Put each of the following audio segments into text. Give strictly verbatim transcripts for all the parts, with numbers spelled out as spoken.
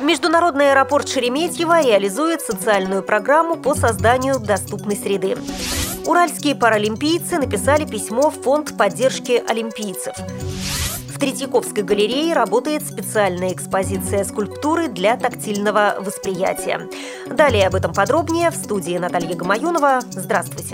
Международный аэропорт Шереметьево реализует социальную программу по созданию доступной среды. Уральские паралимпийцы написали письмо в Фонд поддержки олимпийцев. В Третьяковской галерее работает специальная экспозиция скульптуры для тактильного восприятия. Далее об этом подробнее в студии Наталья Гамаюнова. Здравствуйте.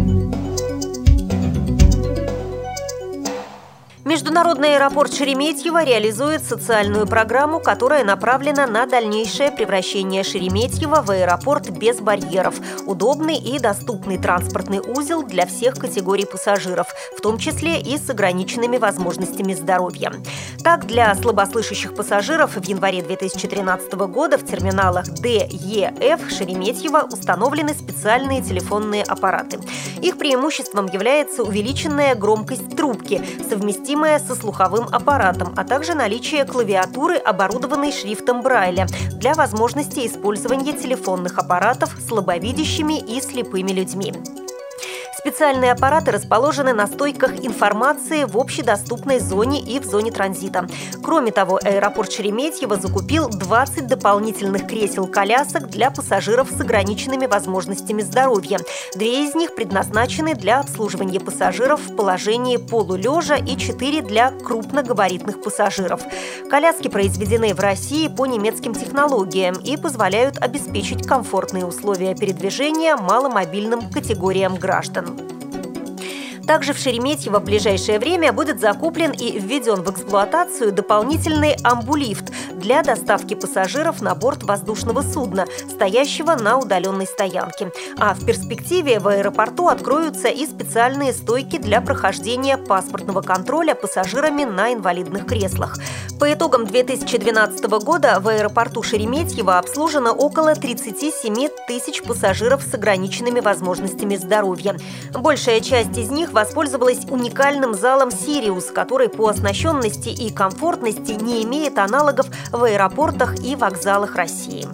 Международный аэропорт Шереметьево реализует социальную программу, которая направлена на дальнейшее превращение Шереметьево в аэропорт без барьеров, удобный и доступный транспортный узел для всех категорий пассажиров, в том числе и с ограниченными возможностями здоровья. Так, для слабослышащих пассажиров в январе две тысячи тринадцатого года в терминалах Д, Е, Ф Шереметьево установлены специальные телефонные аппараты. Их преимуществом является увеличенная громкость трубки, совместимая со слуховым аппаратом, а также наличие клавиатуры, оборудованной шрифтом Брайля, для возможности использования телефонных аппаратов слабовидящими и слепыми людьми. Специальные аппараты расположены на стойках информации в общедоступной зоне и в зоне транзита. Кроме того, аэропорт Шереметьево закупил двадцать дополнительных кресел-колясок для пассажиров с ограниченными возможностями здоровья. Две из них предназначены для обслуживания пассажиров в положении полулежа и четыре для крупногабаритных пассажиров. Коляски произведены в России по немецким технологиям и позволяют обеспечить комфортные условия передвижения маломобильным категориям граждан. Также в Шереметьево в ближайшее время будет закуплен и введен в эксплуатацию дополнительный амбулифт для доставки пассажиров на борт воздушного судна, стоящего на удаленной стоянке. А в перспективе в аэропорту откроются и специальные стойки для прохождения паспортного контроля пассажирами на инвалидных креслах. По итогам две тысячи двенадцатого года в аэропорту Шереметьево обслужено около тридцати семи тысяч пассажиров с ограниченными возможностями здоровья. Большая часть из них воспользовалась уникальным залом «Сириус», который по оснащенности и комфортности не имеет аналогов в аэропортах и вокзалах России.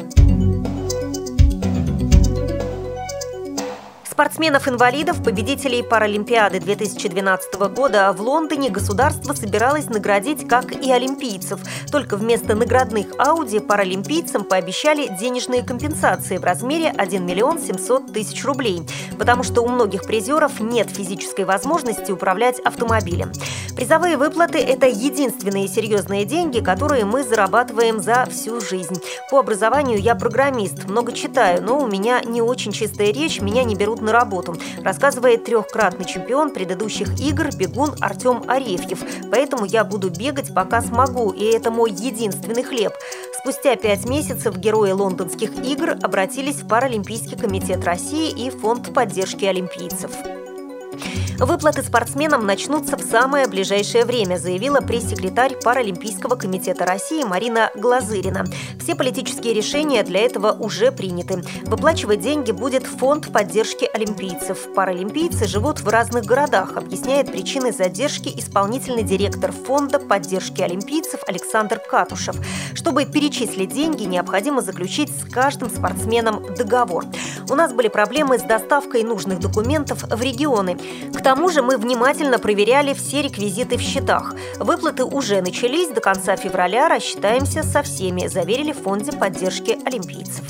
Спортсменов-инвалидов, победителей Паралимпиады две тысячи двенадцатого года в Лондоне государство собиралось наградить, как и олимпийцев. Только вместо наградных Ауди паралимпийцам пообещали денежные компенсации в размере один миллион семьсот тысяч рублей, потому что у многих призеров нет физической возможности управлять автомобилем. Призовые выплаты – это единственные серьезные деньги, которые мы зарабатываем за всю жизнь. По образованию я программист, много читаю, но у меня не очень чистая речь, меня не берут на работу, рассказывает трехкратный чемпион предыдущих игр бегун Артем Арефьев. Поэтому я буду бегать, пока смогу, и это мой единственный хлеб. Спустя пять месяцев герои лондонских игр обратились в Паралимпийский комитет России и Фонд поддержки олимпийцев. Выплаты спортсменам начнутся в самое ближайшее время, заявила пресс-секретарь Паралимпийского комитета России Марина Глазырина. Все политические решения для этого уже приняты. Выплачивать деньги будет Фонд поддержки олимпийцев. Паралимпийцы живут в разных городах, объясняет причины задержки исполнительный директор Фонда поддержки олимпийцев Александр Катушев. Чтобы перечислить деньги, необходимо заключить с каждым спортсменом договор. У нас были проблемы с доставкой нужных документов в регионы. К тому же мы внимательно проверяли все реквизиты в счетах. Выплаты уже начались, до конца февраля рассчитаемся со всеми, заверили в Фонде поддержки олимпийцев.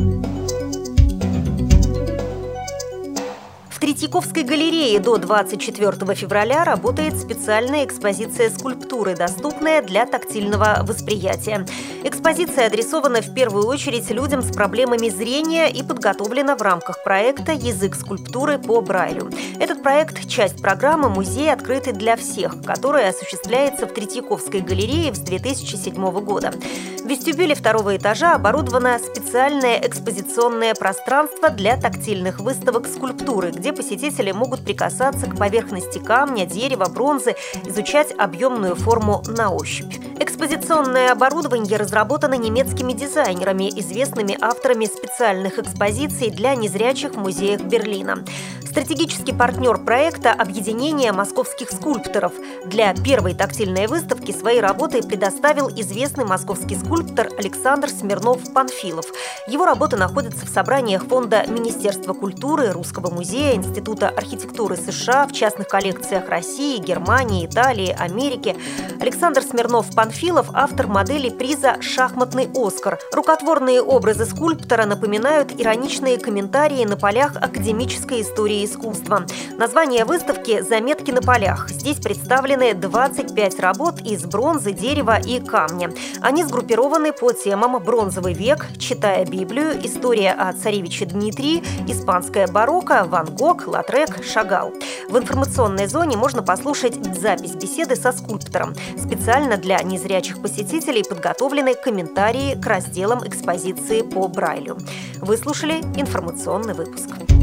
В Третьяковской галерее до двадцать четвёртого февраля работает специальная экспозиция скульптуры, доступная для тактильного восприятия. Экспозиция адресована в первую очередь людям с проблемами зрения и подготовлена в рамках проекта «Язык скульптуры по Брайлю». Этот проект – часть программы «Музей открытый для всех», которая осуществляется в Третьяковской галерее с две тысячи седьмого года. В вестибюле второго этажа оборудовано специальное экспозиционное пространство для тактильных выставок скульптуры, где посетители могут прикасаться к поверхности камня, дерева, бронзы, изучать объемную форму на ощупь. Экспозиционное оборудование разработано немецкими дизайнерами, известными авторами специальных экспозиций для незрячих в музеях Берлина. Стратегический партнер проекта – объединение московских скульпторов. Для первой тактильной выставки свои работы предоставил известный московский скульптор Александр Смирнов-Панфилов. Его работы находятся в собраниях Фонда Министерства культуры, Русского музея, Института архитектуры США, в частных коллекциях России, Германии, Италии, Америки. Александр Смирнов-Панфилов – автор модели приза «Шахматный Оскар». Рукотворные образы скульптора напоминают ироничные комментарии на полях академической истории искусства. Название выставки «Заметки на полях». Здесь представлены двадцать пять работ из бронзы, дерева и камня. Они сгруппированы по темам «Бронзовый век», «Читая Библию», «История о царевиче Дмитрии», «Испанское барокко», «Ван Гог», «Лотрек», «Шагал». В информационной зоне можно послушать запись беседы со скульптором. Специально для незрячих посетителей подготовлены комментарии к разделам экспозиции по Брайлю. Вы слушали информационный выпуск.